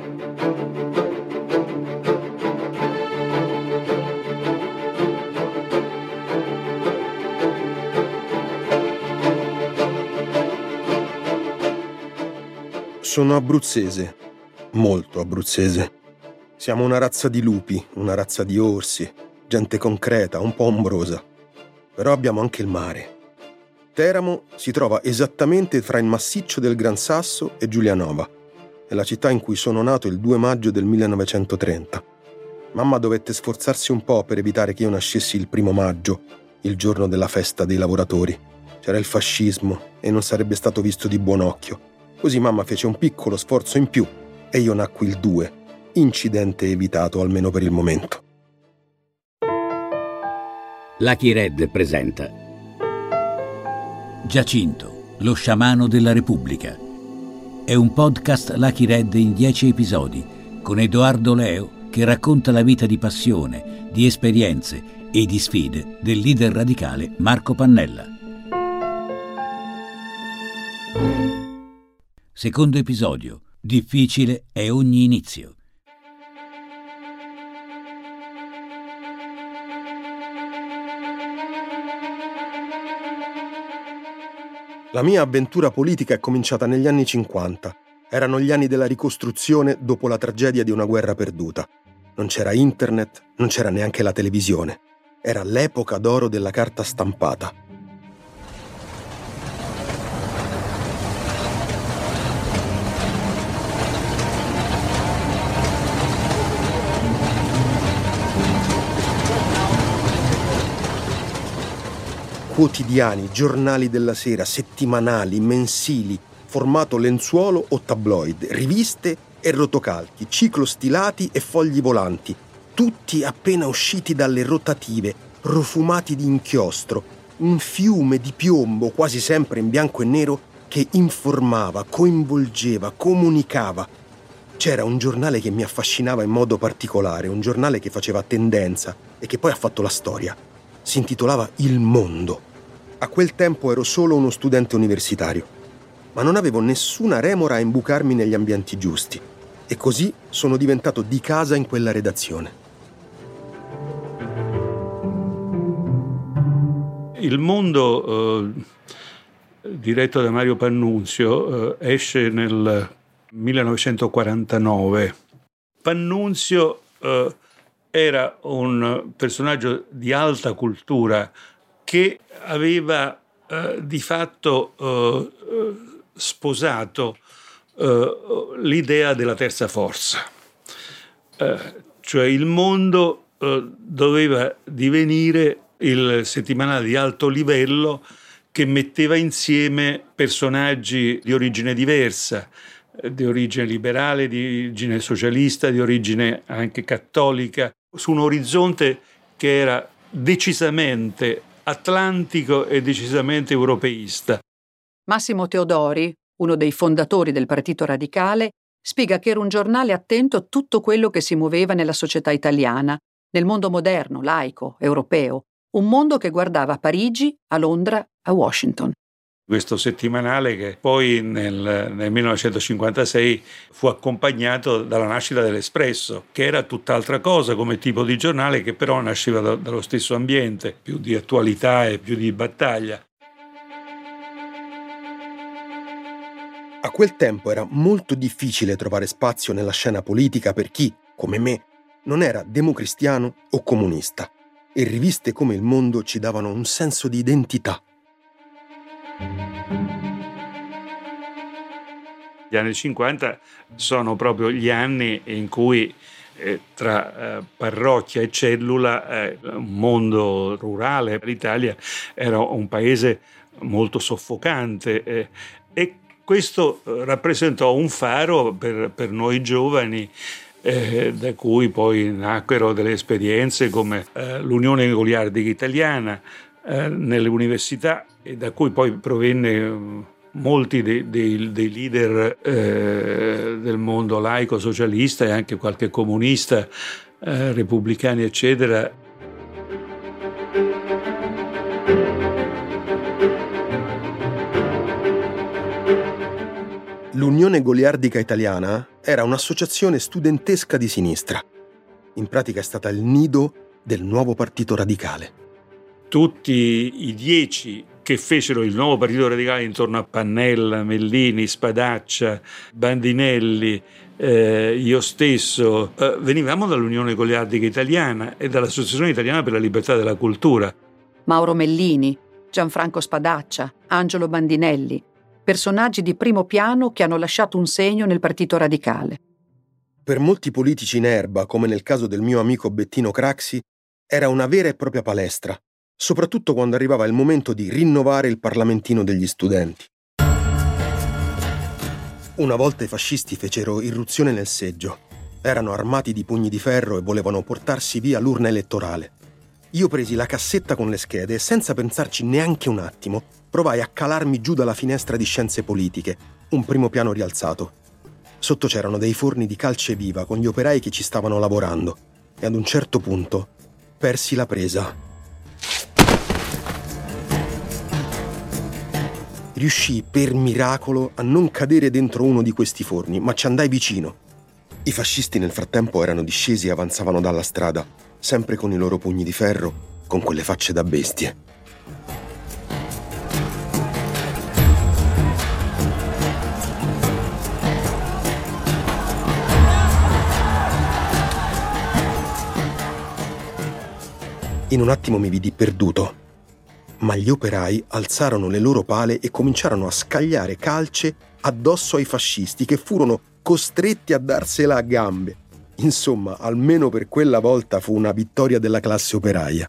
Sono abruzzese, molto abruzzese. Siamo una razza di lupi, una razza di orsi, gente concreta, un po' ombrosa. Però abbiamo anche il mare. Teramo si trova esattamente tra il massiccio del Gran Sasso e Giulianova. È la città in cui sono nato il 2 maggio del 1930. Mamma dovette sforzarsi un po' per evitare che io nascessi il 1 maggio, il giorno della festa dei lavoratori. C'era il fascismo e non sarebbe stato visto di buon occhio. Così mamma fece un piccolo sforzo in più e io nacqui il 2. Incidente evitato, almeno per il momento. Lucky Red presenta Giacinto, lo sciamano della Repubblica. È un podcast Lucky Red in 10 episodi, con Edoardo Leo che racconta la vita di passione, di esperienze e di sfide del leader radicale Marco Pannella. Secondo episodio. Difficile è ogni inizio. La mia avventura politica è cominciata negli anni 50. Erano gli anni della ricostruzione dopo la tragedia di una guerra perduta. Non c'era internet, non c'era neanche la televisione. Era l'epoca d'oro della carta stampata. Quotidiani, giornali della sera, settimanali, mensili, formato lenzuolo o tabloid, riviste e rotocalchi, ciclostilati e fogli volanti, tutti appena usciti dalle rotative, profumati di inchiostro, un fiume di piombo quasi sempre in bianco e nero che informava, coinvolgeva, comunicava. C'era un giornale che mi affascinava in modo particolare, un giornale che faceva tendenza e che poi ha fatto la storia. Si intitolava Il Mondo. A quel tempo ero solo uno studente universitario, ma non avevo nessuna remora a imbucarmi negli ambienti giusti e così sono diventato di casa in quella redazione. Il Mondo, diretto da Mario Pannunzio, esce nel 1949. Pannunzio era un personaggio di alta cultura che aveva di fatto sposato l'idea della terza forza. Cioè il Mondo doveva divenire il settimanale di alto livello che metteva insieme personaggi di origine diversa, di origine liberale, di origine socialista, di origine anche cattolica, su un orizzonte che era decisamente atlantico e decisamente europeista. Massimo Teodori, uno dei fondatori del Partito Radicale, spiega che era un giornale attento a tutto quello che si muoveva nella società italiana, nel mondo moderno, laico, europeo, un mondo che guardava a Parigi, a Londra, a Washington. Questo settimanale che poi nel 1956 fu accompagnato dalla nascita dell'Espresso, che era tutt'altra cosa come tipo di giornale, che però nasceva dallo stesso ambiente, più di attualità e più di battaglia. A quel tempo era molto difficile trovare spazio nella scena politica per chi, come me, non era democristiano o comunista, e riviste come Il Mondo ci davano un senso di identità. Gli anni 50 sono proprio gli anni in cui tra parrocchia e cellula, un mondo rurale, l'Italia era un paese molto soffocante e questo rappresentò un faro per noi giovani, da cui poi nacquero delle esperienze come l'Unione Goliardica Italiana nelle università, e da cui poi provenne molti dei leader del mondo laico, socialista e anche qualche comunista, repubblicani eccetera. L'Unione Goliardica Italiana era un'associazione studentesca di sinistra. In pratica è stata il nido del nuovo partito radicale. Tutti i 10 che fecero il nuovo partito radicale intorno a Pannella, Mellini, Spadaccia, Bandinelli, io stesso, venivamo dall'Unione Goliardica Italiana e dall'Associazione Italiana per la Libertà della Cultura. Mauro Mellini, Gianfranco Spadaccia, Angelo Bandinelli, personaggi di primo piano che hanno lasciato un segno nel partito radicale. Per molti politici in erba, come nel caso del mio amico Bettino Craxi, era una vera e propria palestra, soprattutto quando arrivava il momento di rinnovare il parlamentino degli studenti. Una volta i fascisti fecero irruzione nel seggio. Erano armati di pugni di ferro e volevano portarsi via l'urna elettorale. Io presi la cassetta con le schede e senza pensarci neanche un attimo provai a calarmi giù dalla finestra di scienze politiche, un primo piano rialzato. Sotto c'erano dei forni di calce viva con gli operai che ci stavano lavorando e ad un certo punto persi la presa. Riuscii per miracolo a non cadere dentro uno di questi forni, ma ci andai vicino. I fascisti nel frattempo erano discesi e avanzavano dalla strada, sempre con i loro pugni di ferro, con quelle facce da bestie. In un attimo mi vidi perduto. Ma gli operai alzarono le loro pale e cominciarono a scagliare calce addosso ai fascisti che furono costretti a darsela a gambe. Insomma, almeno per quella volta fu una vittoria della classe operaia.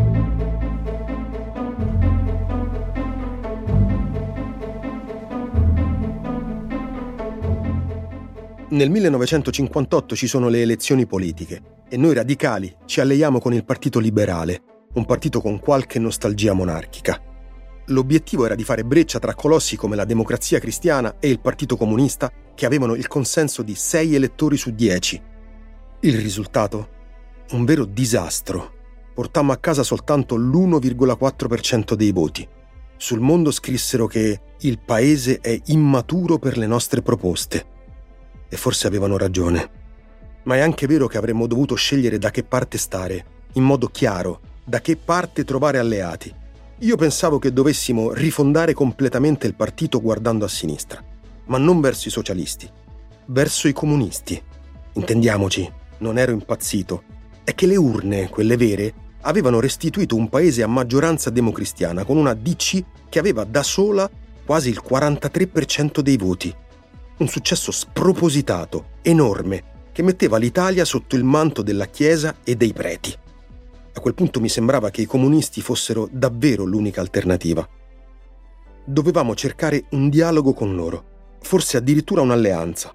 Nel 1958 ci sono le elezioni politiche e noi radicali ci alleiamo con il Partito Liberale, un partito con qualche nostalgia monarchica. L'obiettivo era di fare breccia tra colossi come la Democrazia Cristiana e il Partito Comunista, che avevano il consenso di 6 elettori su 10. Il risultato? Un vero disastro. Portammo a casa soltanto l'1,4% dei voti. Sul Mondo scrissero che il paese è immaturo per le nostre proposte. E forse avevano ragione. Ma è anche vero che avremmo dovuto scegliere da che parte stare, in modo chiaro, da che parte trovare alleati. Io pensavo che dovessimo rifondare completamente il partito guardando a sinistra, ma non verso i socialisti, verso i comunisti. Intendiamoci, non ero impazzito. È che le urne, quelle vere, avevano restituito un paese a maggioranza democristiana con una DC che aveva da sola quasi il 43% dei voti. Un successo spropositato, enorme, che metteva l'Italia sotto il manto della Chiesa e dei preti. A quel punto mi sembrava che i comunisti fossero davvero l'unica alternativa. Dovevamo cercare un dialogo con loro, forse addirittura un'alleanza.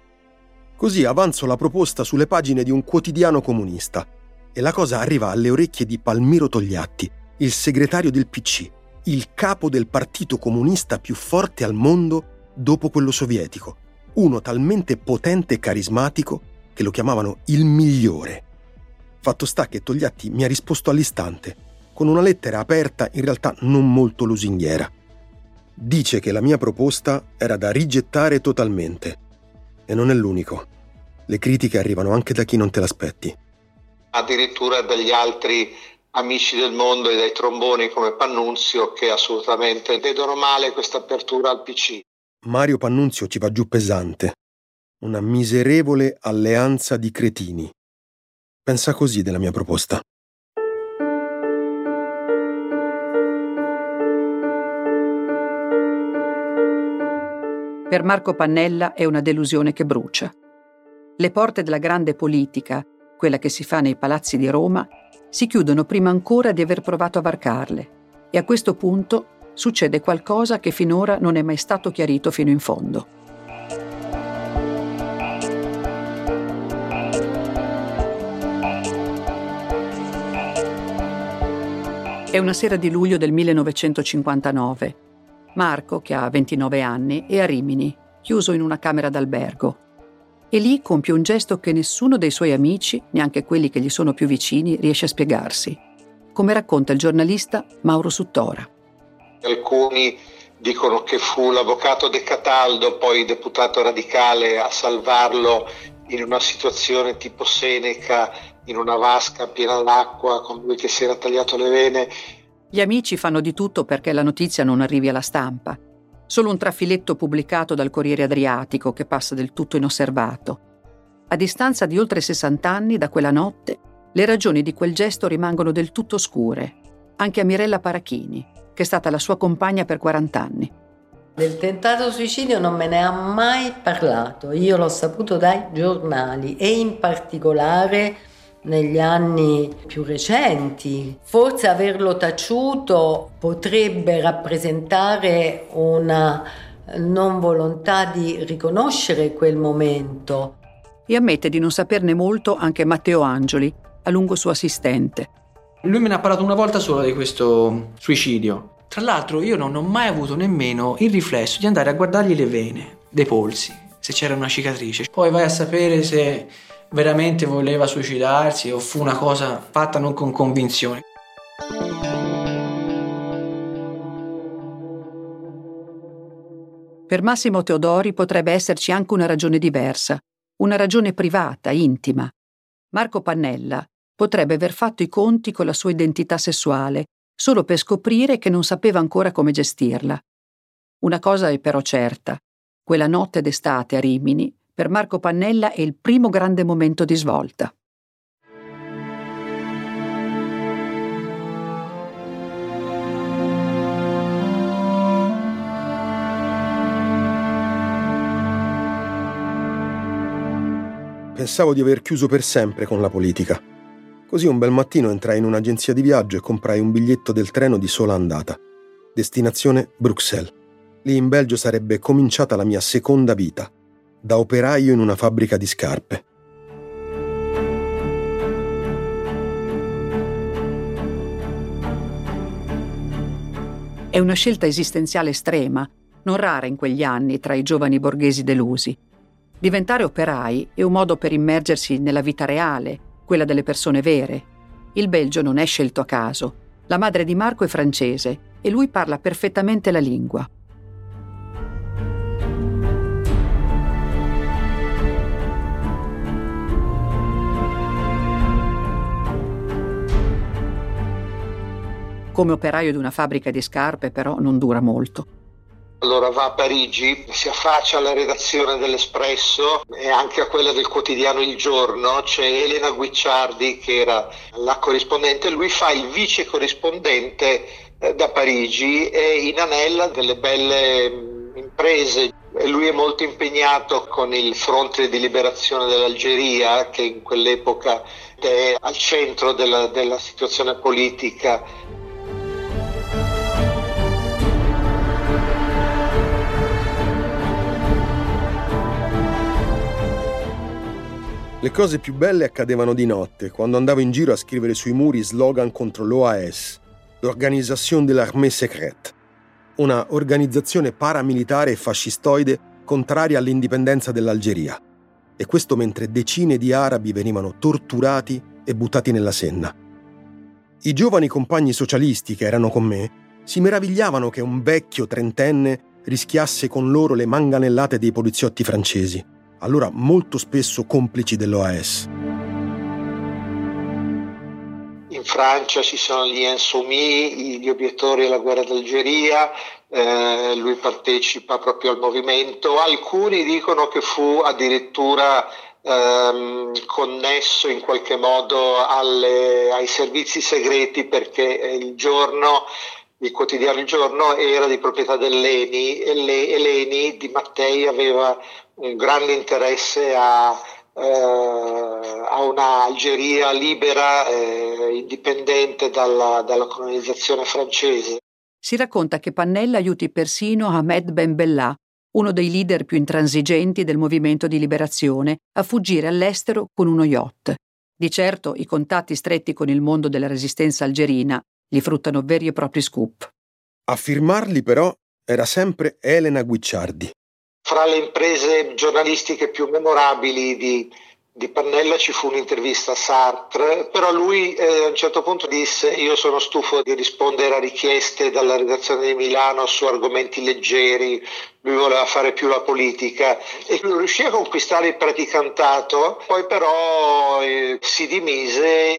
Così avanzo la proposta sulle pagine di un quotidiano comunista e la cosa arriva alle orecchie di Palmiro Togliatti, il segretario del PC, il capo del partito comunista più forte al mondo dopo quello sovietico, uno talmente potente e carismatico che lo chiamavano il migliore. Fatto sta che Togliatti mi ha risposto all'istante, con una lettera aperta in realtà non molto lusinghiera. Dice che la mia proposta era da rigettare totalmente. E non è l'unico. Le critiche arrivano anche da chi non te l'aspetti. Addirittura dagli altri amici del mondo e dai tromboni come Pannunzio che assolutamente vedono male questa apertura al PC. Mario Pannunzio ci va giù pesante. Una miserevole alleanza di cretini. Pensa così della mia proposta. Per Marco Pannella è una delusione che brucia. Le porte della grande politica, quella che si fa nei palazzi di Roma, si chiudono prima ancora di aver provato a varcarle. E a questo punto succede qualcosa che finora non è mai stato chiarito fino in fondo. È una sera di luglio del 1959. Marco, che ha 29 anni, è a Rimini, chiuso in una camera d'albergo. E lì compie un gesto che nessuno dei suoi amici, neanche quelli che gli sono più vicini, riesce a spiegarsi. Come racconta il giornalista Mauro Suttora. Alcuni dicono che fu l'avvocato De Cataldo, poi deputato radicale, a salvarlo in una situazione tipo Seneca, in una vasca piena d'acqua, con lui che si era tagliato le vene. Gli amici fanno di tutto perché la notizia non arrivi alla stampa. Solo un trafiletto pubblicato dal Corriere Adriatico che passa del tutto inosservato. A distanza di oltre 60 anni da quella notte, le ragioni di quel gesto rimangono del tutto oscure, anche a Mirella Parachini, che è stata la sua compagna per 40 anni. Del tentato suicidio non me ne ha mai parlato, io l'ho saputo dai giornali e in particolare negli anni più recenti. Forse averlo taciuto potrebbe rappresentare una non volontà di riconoscere quel momento. E ammette di non saperne molto anche Matteo Angioli, a lungo suo assistente. Lui me ne ha parlato una volta sola di questo suicidio. Tra l'altro io non ho mai avuto nemmeno il riflesso di andare a guardargli le vene dei polsi, se c'era una cicatrice. Poi vai a sapere se veramente voleva suicidarsi o fu una cosa fatta non con convinzione. Per Massimo Teodori potrebbe esserci anche una ragione diversa, una ragione privata, intima. Marco Pannella potrebbe aver fatto i conti con la sua identità sessuale, solo per scoprire che non sapeva ancora come gestirla. Una cosa è però certa: quella notte d'estate a Rimini, per Marco Pannella è il primo grande momento di svolta. Pensavo di aver chiuso per sempre con la politica. Così un bel mattino entrai in un'agenzia di viaggio e comprai un biglietto del treno di sola andata. Destinazione Bruxelles. Lì in Belgio sarebbe cominciata la mia seconda vita, da operaio in una fabbrica di scarpe. È una scelta esistenziale estrema, non rara in quegli anni tra i giovani borghesi delusi. Diventare operai è un modo per immergersi nella vita reale, quella delle persone vere. Il Belgio non è scelto a caso. La madre di Marco è francese e lui parla perfettamente la lingua. Come operaio di una fabbrica di scarpe, però, non dura molto. Allora va a Parigi, si affaccia alla redazione dell'Espresso e anche a quella del quotidiano Il Giorno. C'è Elena Guicciardi che era la corrispondente, lui fa il vice corrispondente da Parigi e in anella delle belle imprese. E lui è molto impegnato con il Fronte di Liberazione dell'Algeria, che in quell'epoca è al centro della situazione politica. Le cose più belle accadevano di notte, quando andavo in giro a scrivere sui muri slogan contro l'OAS, l'Organisation de l'Armée Secrète, una organizzazione paramilitare e fascistoide contraria all'indipendenza dell'Algeria. E questo mentre decine di arabi venivano torturati e buttati nella Senna. I giovani compagni socialisti che erano con me si meravigliavano che un vecchio trentenne rischiasse con loro le manganellate dei poliziotti francesi, allora molto spesso complici dell'OAS. In Francia ci sono gli Insoumis, gli obiettori alla guerra d'Algeria, lui partecipa proprio al movimento. Alcuni dicono che fu addirittura connesso in qualche modo ai servizi segreti, perché il quotidiano Il Giorno era di proprietà dell'ENI e l'ENI di Mattei aveva un grande interesse a una Algeria libera, indipendente dalla colonizzazione francese. Si racconta che Pannella aiuti persino Ahmed Ben Bella, uno dei leader più intransigenti del movimento di liberazione, a fuggire all'estero con uno yacht. Di certo i contatti stretti con il mondo della resistenza algerina gli fruttano veri e propri scoop. A firmarli però era sempre Elena Guicciardi. Fra le imprese giornalistiche più memorabili di Pannella ci fu un'intervista a Sartre, però lui a un certo punto disse: io sono stufo di rispondere a richieste dalla redazione di Milano su argomenti leggeri, lui voleva fare più la politica e riuscì a conquistare il praticantato, poi però si dimise.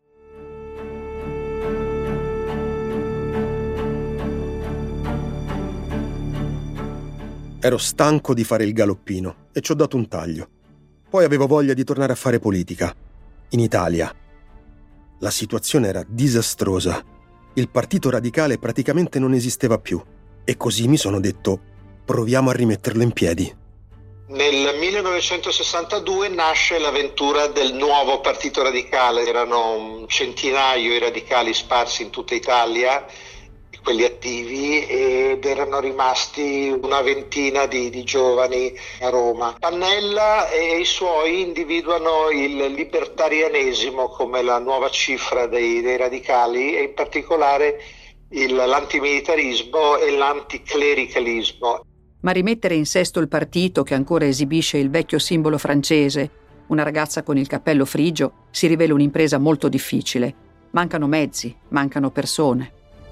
Ero stanco di fare il galoppino e ci ho dato un taglio. Poi avevo voglia di tornare a fare politica. In Italia. La situazione era disastrosa. Il Partito Radicale praticamente non esisteva più. E così mi sono detto: proviamo a rimetterlo in piedi. Nel 1962 nasce l'avventura del nuovo Partito Radicale. Erano un centinaio i radicali sparsi in tutta Italia, quelli attivi, ed erano rimasti una ventina di giovani a Roma. Pannella e i suoi individuano il libertarianesimo come la nuova cifra dei radicali, e in particolare l'antimilitarismo e l'anticlericalismo. Ma rimettere in sesto il partito, che ancora esibisce il vecchio simbolo francese, una ragazza con il cappello frigio, si rivela un'impresa molto difficile. Mancano mezzi, mancano persone.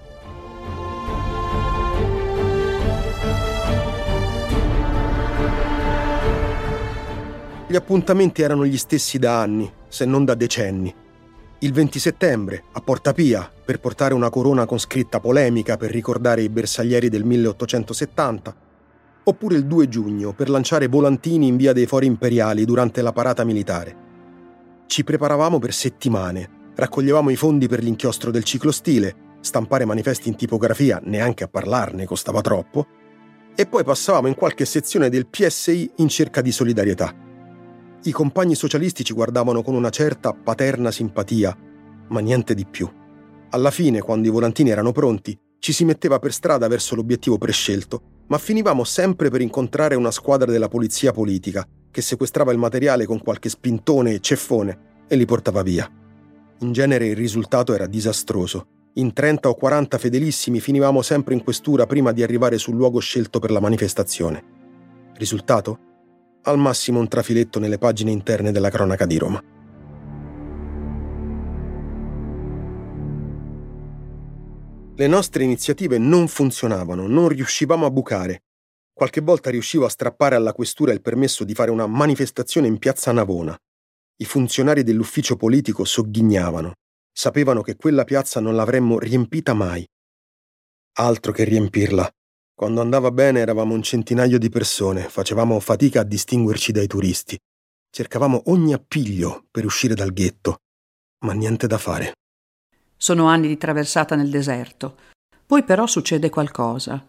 Gli appuntamenti erano gli stessi da anni, se non da decenni. Il 20 settembre, a Porta Pia, per portare una corona con scritta polemica per ricordare i bersaglieri del 1870, oppure il 2 giugno per lanciare volantini in via dei Fori Imperiali durante la parata militare. Ci preparavamo per settimane, raccoglievamo i fondi per l'inchiostro del ciclostile, stampare manifesti in tipografia, neanche a parlarne costava troppo, e poi passavamo in qualche sezione del PSI in cerca di solidarietà. I compagni socialisti ci guardavano con una certa paterna simpatia, ma niente di più. Alla fine, quando i volantini erano pronti, ci si metteva per strada verso l'obiettivo prescelto, ma finivamo sempre per incontrare una squadra della polizia politica che sequestrava il materiale con qualche spintone e ceffone e li portava via. In genere il risultato era disastroso. In 30 o 40 fedelissimi finivamo sempre in questura prima di arrivare sul luogo scelto per la manifestazione. Risultato? Al massimo un trafiletto nelle pagine interne della cronaca di Roma. Le nostre iniziative non funzionavano, non riuscivamo a bucare. Qualche volta riuscivo a strappare alla questura il permesso di fare una manifestazione in piazza Navona. I funzionari dell'ufficio politico sogghignavano. Sapevano che quella piazza non l'avremmo riempita mai. Altro che riempirla. Quando andava bene eravamo un centinaio di persone, facevamo fatica a distinguerci dai turisti. Cercavamo ogni appiglio per uscire dal ghetto, ma niente da fare. Sono anni di traversata nel deserto. Poi però succede qualcosa.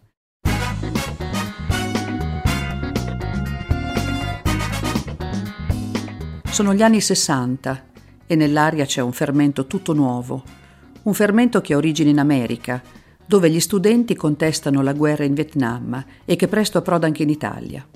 Sono gli anni 60 e nell'aria c'è un fermento tutto nuovo. Un fermento che ha origine in America, dove gli studenti contestano la guerra in Vietnam e che presto approda anche in Italia.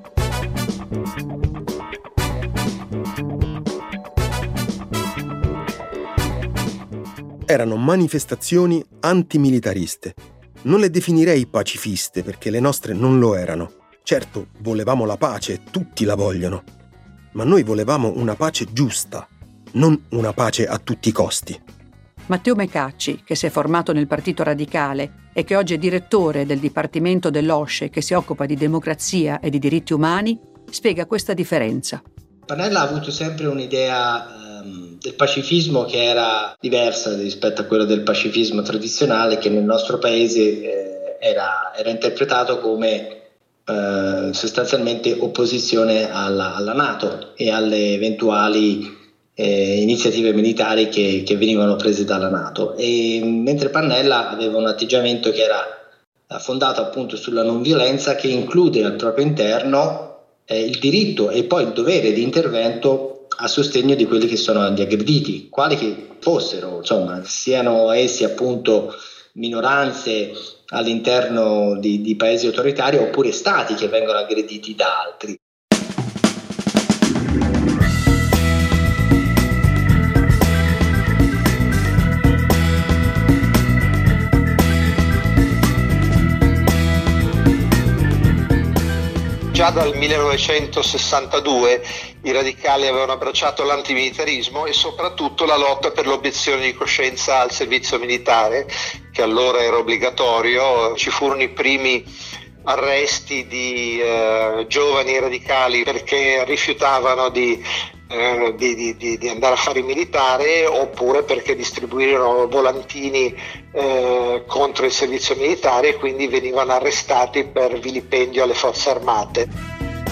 Erano manifestazioni antimilitariste. Non le definirei pacifiste perché le nostre non lo erano. Certo, volevamo la pace, tutti la vogliono. Ma noi volevamo una pace giusta, non una pace a tutti i costi. Matteo Mecacci, che si è formato nel Partito Radicale e che oggi è direttore del Dipartimento dell'OSCE che si occupa di democrazia e di diritti umani, spiega questa differenza. Pannella ha avuto sempre un'idea del pacifismo che era diversa rispetto a quella del pacifismo tradizionale, che nel nostro paese era interpretato come sostanzialmente opposizione alla NATO e alle eventuali iniziative militari che venivano prese dalla NATO. E mentre Pannella aveva un atteggiamento che era fondato appunto sulla non violenza, che include al proprio interno il diritto e poi il dovere di intervento a sostegno di quelli che sono gli aggrediti, quali che fossero, insomma, siano essi appunto minoranze all'interno di paesi autoritari oppure stati che vengono aggrediti da altri. Già già dal 1962 i radicali avevano abbracciato l'antimilitarismo e soprattutto la lotta per l'obiezione di coscienza al servizio militare, che allora era obbligatorio. Ci furono i primi arresti di giovani radicali perché rifiutavano di andare a fare il militare, oppure perché distribuirono volantini contro il servizio militare e quindi venivano arrestati per vilipendio alle forze armate.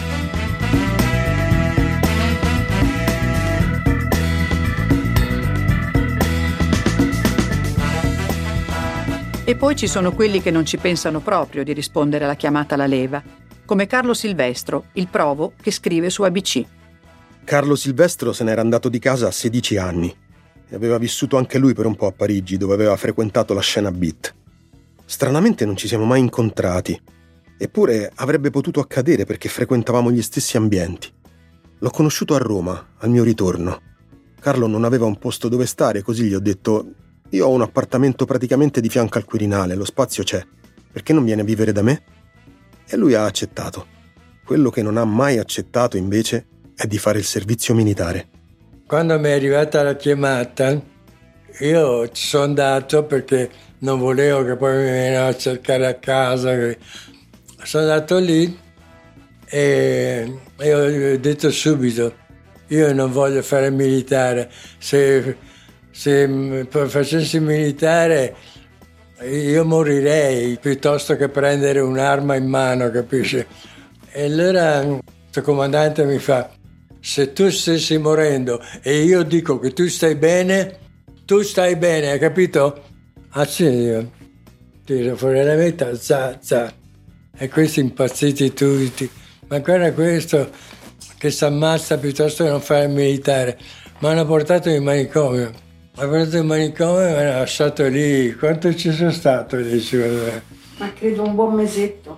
E poi ci sono quelli che non ci pensano proprio di rispondere alla chiamata alla leva, come Carlo Silvestro, il provo che scrive su ABC. Carlo Silvestro se n'era andato di casa a 16 anni e aveva vissuto anche lui per un po' a Parigi, dove aveva frequentato la scena beat. Stranamente non ci siamo mai incontrati, eppure avrebbe potuto accadere perché frequentavamo gli stessi ambienti. L'ho conosciuto a Roma, al mio ritorno. Carlo non aveva un posto dove stare, così gli ho detto: io ho un appartamento praticamente di fianco al Quirinale, lo spazio c'è, perché non viene a vivere da me? E lui ha accettato. Quello che non ha mai accettato invece è di fare il servizio militare. Quando mi è arrivata la chiamata, io ci sono andato perché non volevo che poi mi venivano a cercare a casa. Sono andato lì e ho detto subito: io non voglio fare il militare. Se facessi militare io morirei piuttosto che prendere un'arma in mano, capisci? E allora questo comandante mi fa: se tu stessi morendo e io dico che tu stai bene, hai capito? Ah sì, io tiro fuori la metà, za. E questi impazziti tutti. Ma guarda questo che si ammazza piuttosto che non fare il militare. Mi hanno portato in manicomio. Mi hanno portato in manicomio e mi hanno lasciato lì. Quanto ci sono stato lì? Ma credo un buon mesetto.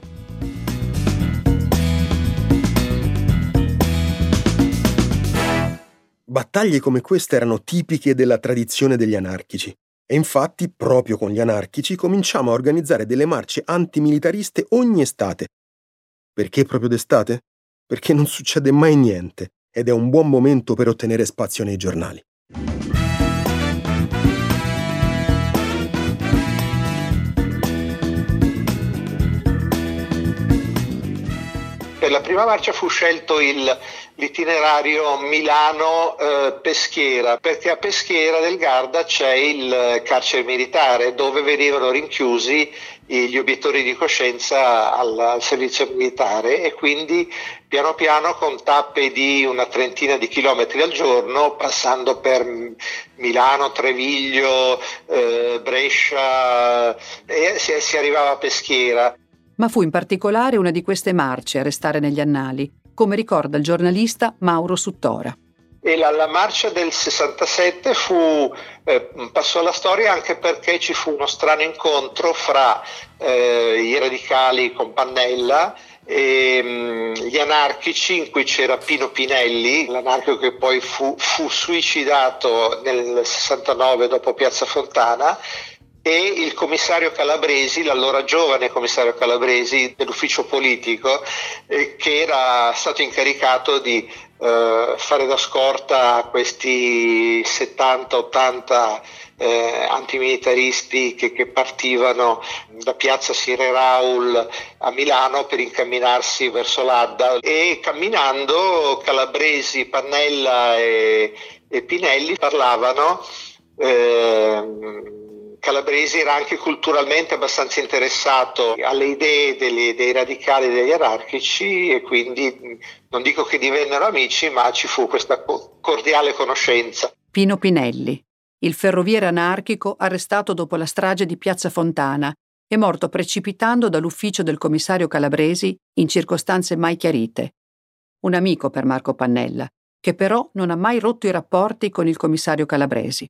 Battaglie come queste erano tipiche della tradizione degli anarchici. E infatti, proprio con gli anarchici, cominciamo a organizzare delle marce antimilitariste ogni estate. Perché proprio d'estate? Perché non succede mai niente ed è un buon momento per ottenere spazio nei giornali. Per la prima marcia fu scelto l'itinerario Milano-Peschiera, perché a Peschiera del Garda c'è il carcere militare dove venivano rinchiusi gli obiettori di coscienza al servizio militare, e quindi piano piano con tappe di una trentina di chilometri al giorno, passando per Milano, Treviglio, Brescia, e si arrivava a Peschiera. Ma fu in particolare una di queste marce a restare negli annali, come ricorda il giornalista Mauro Suttora. E la marcia del 67 passò alla storia anche perché ci fu uno strano incontro fra i radicali con Pannella e gli anarchici, in cui c'era Pino Pinelli, l'anarchico che poi fu suicidato nel 69 dopo Piazza Fontana, e il commissario Calabresi, l'allora giovane commissario Calabresi dell'ufficio politico, che era stato incaricato di fare da scorta a questi 70-80 antimilitaristi che partivano da piazza Sire Raul a Milano per incamminarsi verso l'Adda. E camminando Calabresi, Pannella e Pinelli parlavano. Calabresi era anche culturalmente abbastanza interessato alle idee dei radicali e degli anarchici, e quindi non dico che divennero amici, ma ci fu questa cordiale conoscenza. Pino Pinelli, il ferroviere anarchico arrestato dopo la strage di Piazza Fontana e morto precipitando dall'ufficio del commissario Calabresi in circostanze mai chiarite. Un amico per Marco Pannella, che però non ha mai rotto i rapporti con il commissario Calabresi.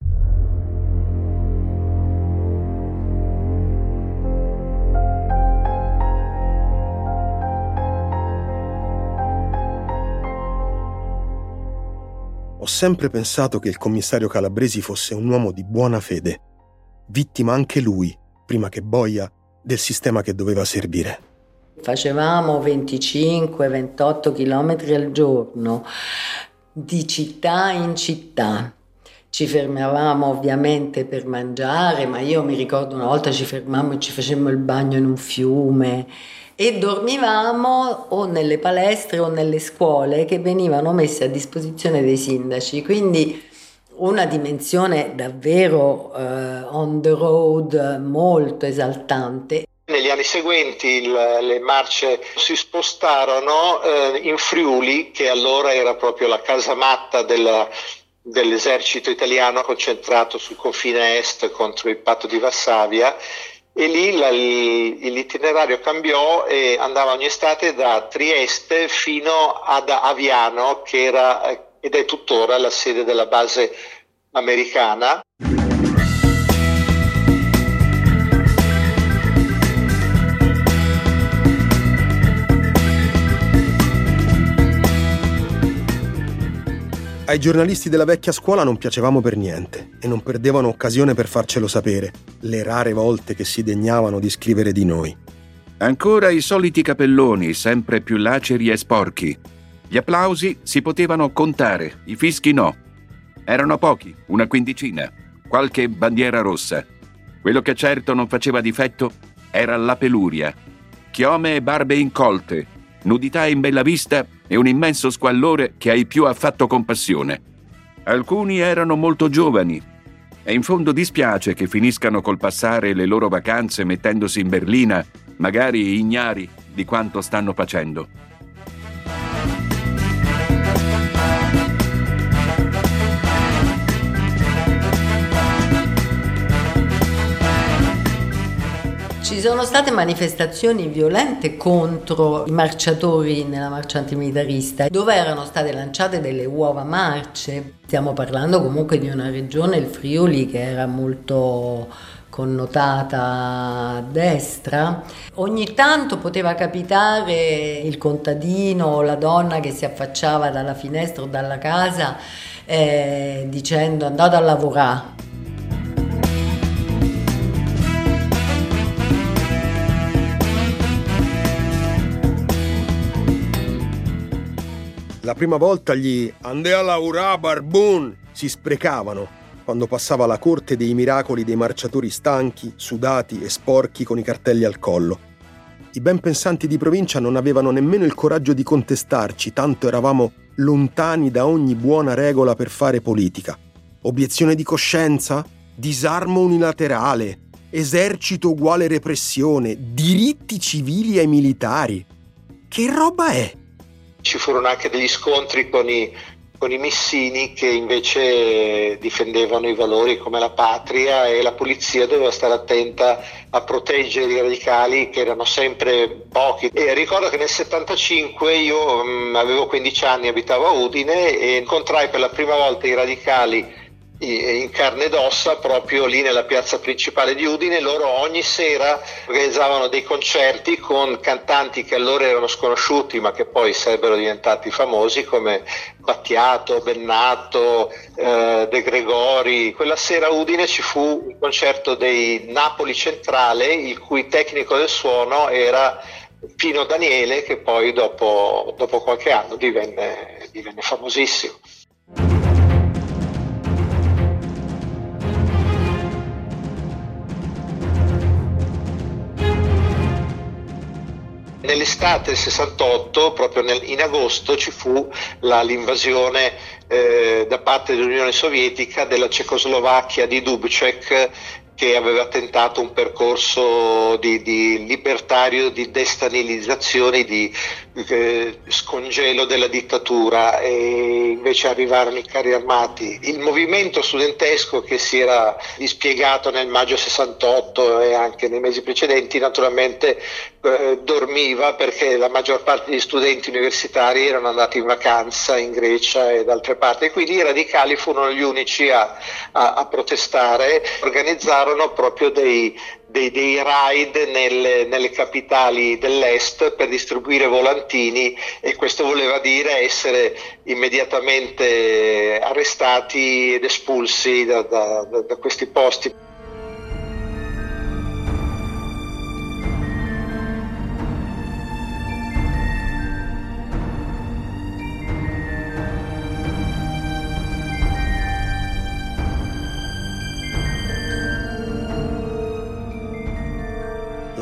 Ho sempre pensato che il commissario Calabresi fosse un uomo di buona fede, vittima anche lui, prima che boia, del sistema che doveva servire. Facevamo 25-28 chilometri al giorno, di città in città. Ci fermavamo ovviamente per mangiare, ma io mi ricordo una volta ci fermammo e ci facemmo il bagno in un fiume e dormivamo o nelle palestre o nelle scuole che venivano messe a disposizione dei sindaci, quindi una dimensione davvero on the road molto esaltante. Negli anni seguenti le marce si spostarono in Friuli, che allora era proprio la casamatta dell'esercito italiano concentrato sul confine est contro il patto di Varsavia, e lì l'itinerario cambiò e andava ogni estate da Trieste fino ad Aviano, che era ed è tuttora la sede della base americana. Ai giornalisti della vecchia scuola non piacevamo per niente e non perdevano occasione per farcelo sapere, le rare volte che si degnavano di scrivere di noi. Ancora i soliti capelloni, sempre più laceri e sporchi. Gli applausi si potevano contare, i fischi no. Erano pochi, una quindicina, qualche bandiera rossa. Quello che certo non faceva difetto era la peluria. Chiome e barbe incolte, nudità in bella vista e un immenso squallore che ai più ha fatto compassione. Alcuni erano molto giovani e in fondo dispiace che finiscano col passare le loro vacanze mettendosi in berlina, magari ignari di quanto stanno facendo. Ci sono state manifestazioni violente contro i marciatori nella marcia antimilitarista, dove erano state lanciate delle uova marce. Stiamo parlando comunque di una regione, il Friuli, che era molto connotata a destra. Ogni tanto poteva capitare il contadino o la donna che si affacciava dalla finestra o dalla casa dicendo andate a lavorare. La prima volta gli «Andè a lavorare, barbun!» si sprecavano quando passava la corte dei miracoli dei marciatori stanchi, sudati e sporchi con i cartelli al collo. I ben pensanti di provincia non avevano nemmeno il coraggio di contestarci, tanto eravamo lontani da ogni buona regola per fare politica. Obiezione di coscienza? Disarmo unilaterale? Esercito uguale repressione? Diritti civili ai militari? Che roba è? Ci furono anche degli scontri con i missini, che invece difendevano i valori come la patria, e la polizia doveva stare attenta a proteggere i radicali, che erano sempre pochi. E ricordo che nel 75 io avevo 15 anni, abitavo a Udine e incontrai per la prima volta i radicali in carne ed ossa proprio lì nella piazza principale di Udine. Loro ogni sera organizzavano dei concerti con cantanti che allora erano sconosciuti ma che poi sarebbero diventati famosi, come Battiato, Bennato, De Gregori. Quella sera a Udine ci fu un concerto dei Napoli Centrale, il cui tecnico del suono era Pino Daniele, che poi dopo qualche anno divenne famosissimo. Nell'estate del 68, proprio in agosto, ci fu l'invasione da parte dell'Unione Sovietica della Cecoslovacchia di Dubček, che aveva tentato un percorso di libertario, di destanilizzazione, di scongelo della dittatura, e invece arrivarono i carri armati. Il movimento studentesco che si era dispiegato nel maggio 68 e anche nei mesi precedenti naturalmente dormiva, perché la maggior parte degli studenti universitari erano andati in vacanza in Grecia e da altre parti, e quindi i radicali furono gli unici a protestare. Organizzarono proprio dei raid nelle capitali dell'est per distribuire volantini, e questo voleva dire essere immediatamente arrestati ed espulsi da questi posti.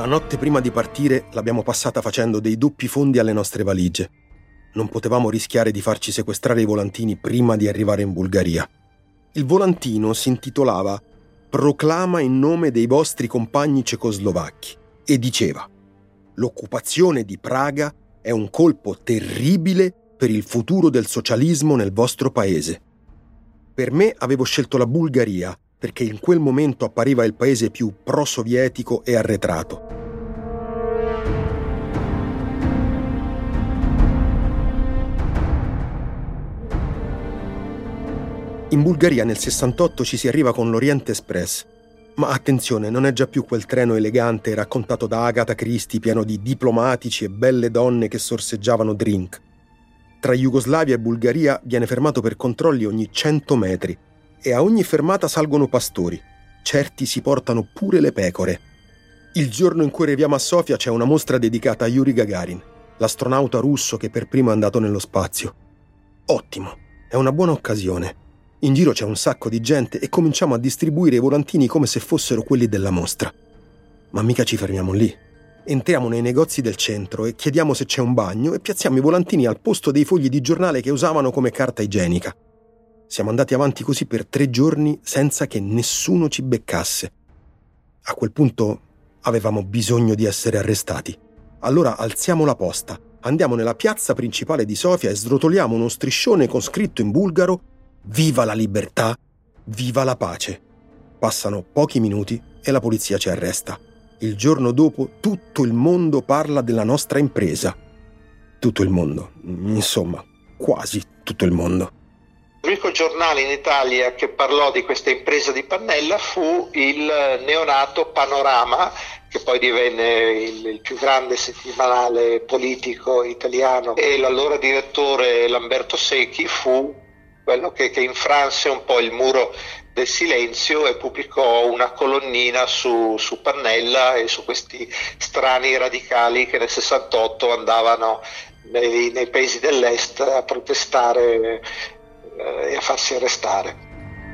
La notte prima di partire l'abbiamo passata facendo dei doppi fondi alle nostre valigie. Non potevamo rischiare di farci sequestrare i volantini prima di arrivare in Bulgaria. Il volantino si intitolava «Proclama in nome dei vostri compagni cecoslovacchi» e diceva: «L'occupazione di Praga è un colpo terribile per il futuro del socialismo nel vostro paese». Per me avevo scelto la Bulgaria perché in quel momento appariva il paese più pro-sovietico e arretrato. In Bulgaria nel 68 ci si arriva con l'Orient Express. Ma attenzione, non è già più quel treno elegante raccontato da Agatha Christie pieno di diplomatici e belle donne che sorseggiavano drink. Tra Jugoslavia e Bulgaria viene fermato per controlli ogni 100 metri e a ogni fermata salgono pastori. Certi si portano pure le pecore. Il giorno in cui arriviamo a Sofia c'è una mostra dedicata a Yuri Gagarin, l'astronauta russo che per primo è andato nello spazio. Ottimo, è una buona occasione. In giro c'è un sacco di gente e cominciamo a distribuire i volantini come se fossero quelli della mostra. Ma mica ci fermiamo lì. Entriamo nei negozi del centro e chiediamo se c'è un bagno e piazziamo i volantini al posto dei fogli di giornale che usavano come carta igienica. Siamo andati avanti così per 3 giorni senza che nessuno ci beccasse. A quel punto avevamo bisogno di essere arrestati. Allora alziamo la posta, andiamo nella piazza principale di Sofia e srotoliamo uno striscione con scritto in bulgaro: «Viva la libertà, viva la pace». Passano pochi minuti e la polizia ci arresta. Il giorno dopo tutto il mondo parla della nostra impresa. Tutto il mondo, insomma, quasi tutto il mondo. L'unico giornale in Italia che parlò di questa impresa di Pannella fu il neonato Panorama, che poi divenne il più grande settimanale politico italiano, e l'allora direttore Lamberto Secchi fu quello che infranse un po' il muro del silenzio e pubblicò una colonnina su Pannella e su questi strani radicali che nel 68 andavano nei paesi dell'est a protestare e a farsi arrestare.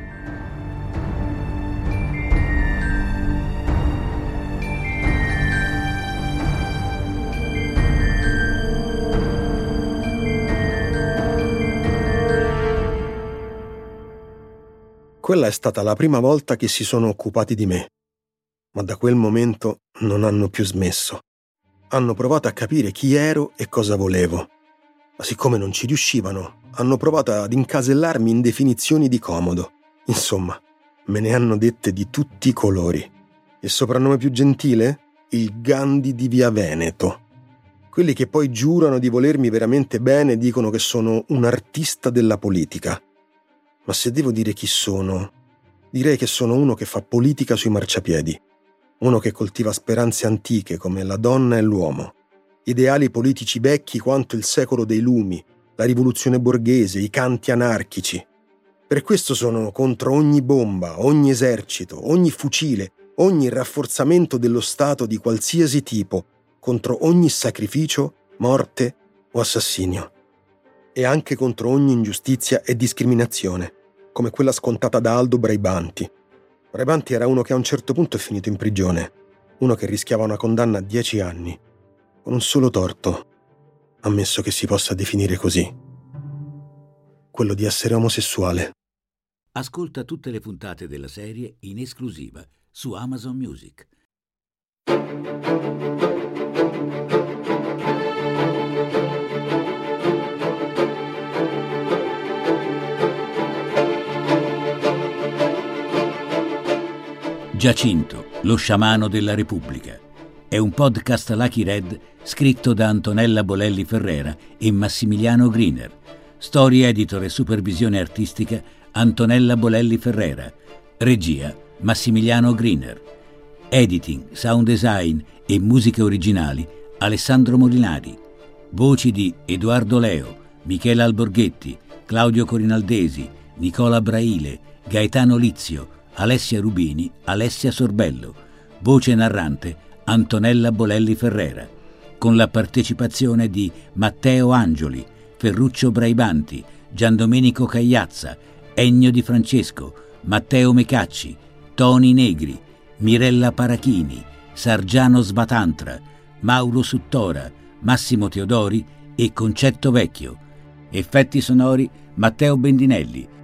Quella è stata la prima volta che si sono occupati di me, ma da quel momento non hanno più smesso. Hanno provato a capire chi ero e cosa volevo, ma siccome non ci riuscivano, hanno provato ad incasellarmi in definizioni di comodo. Insomma, me ne hanno dette di tutti i colori. Il soprannome più gentile? Il Gandhi di Via Veneto. Quelli che poi giurano di volermi veramente bene dicono che sono un artista della politica. Ma se devo dire chi sono, direi che sono uno che fa politica sui marciapiedi, uno che coltiva speranze antiche come la donna e l'uomo, ideali politici vecchi quanto il secolo dei lumi, la rivoluzione borghese, i canti anarchici. Per questo sono contro ogni bomba, ogni esercito, ogni fucile, ogni rafforzamento dello Stato di qualsiasi tipo, contro ogni sacrificio, morte o assassinio. E anche contro ogni ingiustizia e discriminazione, come quella scontata da Aldo Braibanti. Braibanti era uno che a un certo punto è finito in prigione, uno che rischiava una condanna a 10 anni, con un solo torto, ammesso che si possa definire così: quello di essere omosessuale. Ascolta tutte le puntate della serie in esclusiva su Amazon Music. Giacinto, lo sciamano della Repubblica. È un podcast Lucky Red scritto da Antonella Bolelli Ferrera e Massimiliano Griner. Storia, editore e supervisione artistica Antonella Bolelli Ferrera. Regia Massimiliano Griner. Editing, sound design e musiche originali Alessandro Molinari. Voci di Edoardo Leo, Michela Alborghetti, Claudio Corinaldesi, Nicola Braile, Gaetano Lizio, Alessia Rubini, Alessia Sorbello. Voce narrante Antonella Bolelli Ferrera, con la partecipazione di Matteo Angioli, Ferruccio Braibanti, Giandomenico Cagliazza, Ennio Di Francesco, Matteo Mecacci, Toni Negri, Mirella Parachini, Sargiano Sbatantra, Mauro Suttora, Massimo Teodori e Concetto Vecchio. Effetti sonori Matteo Bendinelli.